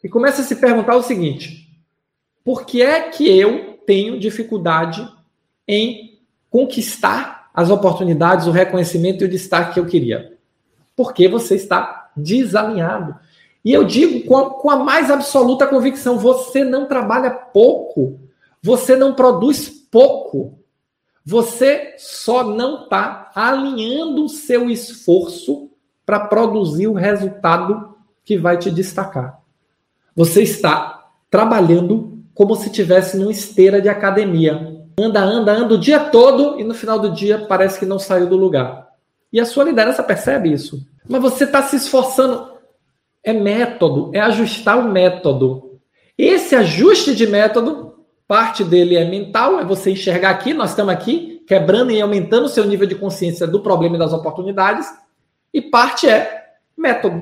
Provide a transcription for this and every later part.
e comece a se perguntar o seguinte: por que é que eu tenho dificuldade em conquistar as oportunidades, o reconhecimento e o destaque que eu queria? Porque você está desalinhado. E eu digo com a mais absoluta convicção, você não trabalha pouco, você não produz pouco, você só não está alinhando o seu esforço para produzir o resultado que vai te destacar. Você está trabalhando como se estivesse numa esteira de academia. Anda o dia todo e no final do dia parece que não saiu do lugar. E a sua liderança percebe isso. Mas você está se esforçando. É método, é ajustar o método. Esse ajuste de método, parte dele é mental, é você enxergar aqui, nós estamos aqui, quebrando e aumentando o seu nível de consciência do problema e das oportunidades. E parte é método.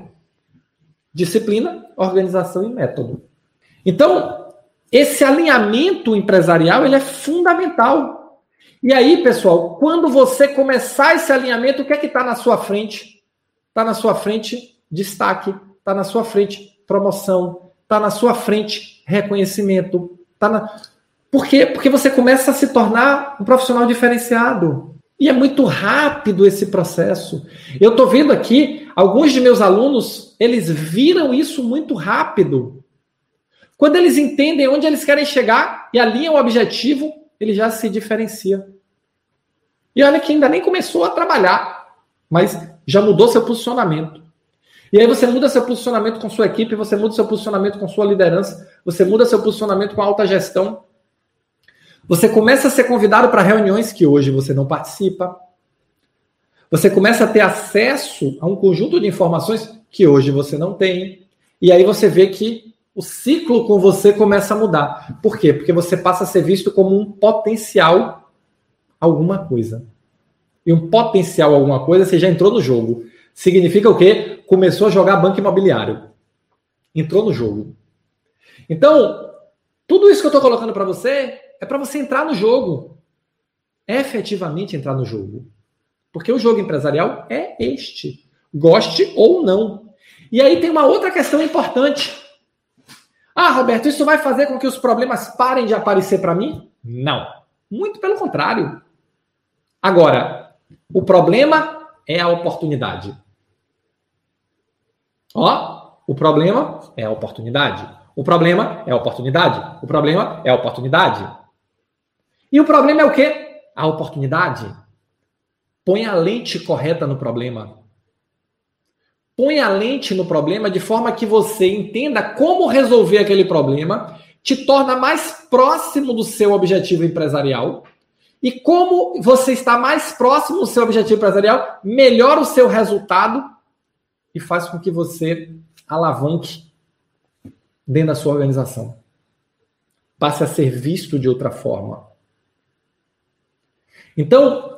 Disciplina, organização e método. Então, esse alinhamento empresarial, ele é fundamental. E aí, pessoal, quando você começar esse alinhamento, o que é que está na sua frente? Está na sua frente destaque, está na sua frente promoção, está na sua frente reconhecimento. Por quê? Porque você começa a se tornar um profissional diferenciado. E é muito rápido esse processo. Eu estou vendo aqui, alguns de meus alunos, eles viram isso muito rápido. Quando eles entendem onde eles querem chegar e alinham o objetivo, ele já se diferencia. E olha que ainda nem começou a trabalhar, mas já mudou seu posicionamento. E aí você muda seu posicionamento com sua equipe, você muda seu posicionamento com sua liderança, você muda seu posicionamento com a alta gestão. Você começa a ser convidado para reuniões que hoje você não participa. Você começa a ter acesso a um conjunto de informações que hoje você não tem. E aí você vê que o ciclo com você começa a mudar. Por quê? Porque você passa a ser visto como um potencial alguma coisa. E um potencial alguma coisa, você já entrou no jogo. Significa o quê? Começou a jogar banco imobiliário. Entrou no jogo. Então, tudo isso que eu estou colocando para você é para você entrar no jogo. Efetivamente entrar no jogo. Porque o jogo empresarial é este. Goste ou não. E aí tem uma outra questão importante. Ah, Roberto, isso vai fazer com que os problemas parem de aparecer para mim? Não. Muito pelo contrário. Agora, o problema é a oportunidade. Ó, o problema é a oportunidade. O problema é a oportunidade. O problema é a oportunidade. E o problema é o quê? A oportunidade. Põe a lente correta no problema. Põe a lente no problema de forma que você entenda como resolver aquele problema, te torna mais próximo do seu objetivo empresarial. E como você está mais próximo do seu objetivo empresarial, melhora o seu resultado e faz com que você alavanque dentro da sua organização. Passe a ser visto de outra forma. Então,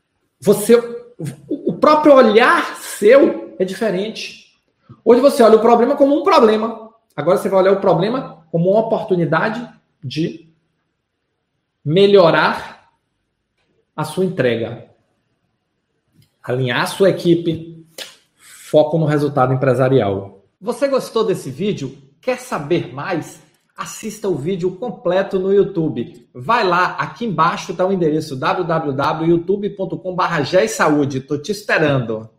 o próprio olhar seu é diferente. Hoje você olha o problema como um problema. Agora você vai olhar o problema como uma oportunidade de melhorar a sua entrega. Alinhar a sua equipe. Foco no resultado empresarial. Você gostou desse vídeo? Quer saber mais? Assista o vídeo completo no YouTube. Vai lá, aqui embaixo está o endereço www.youtube.com/gesaude. Estou te esperando.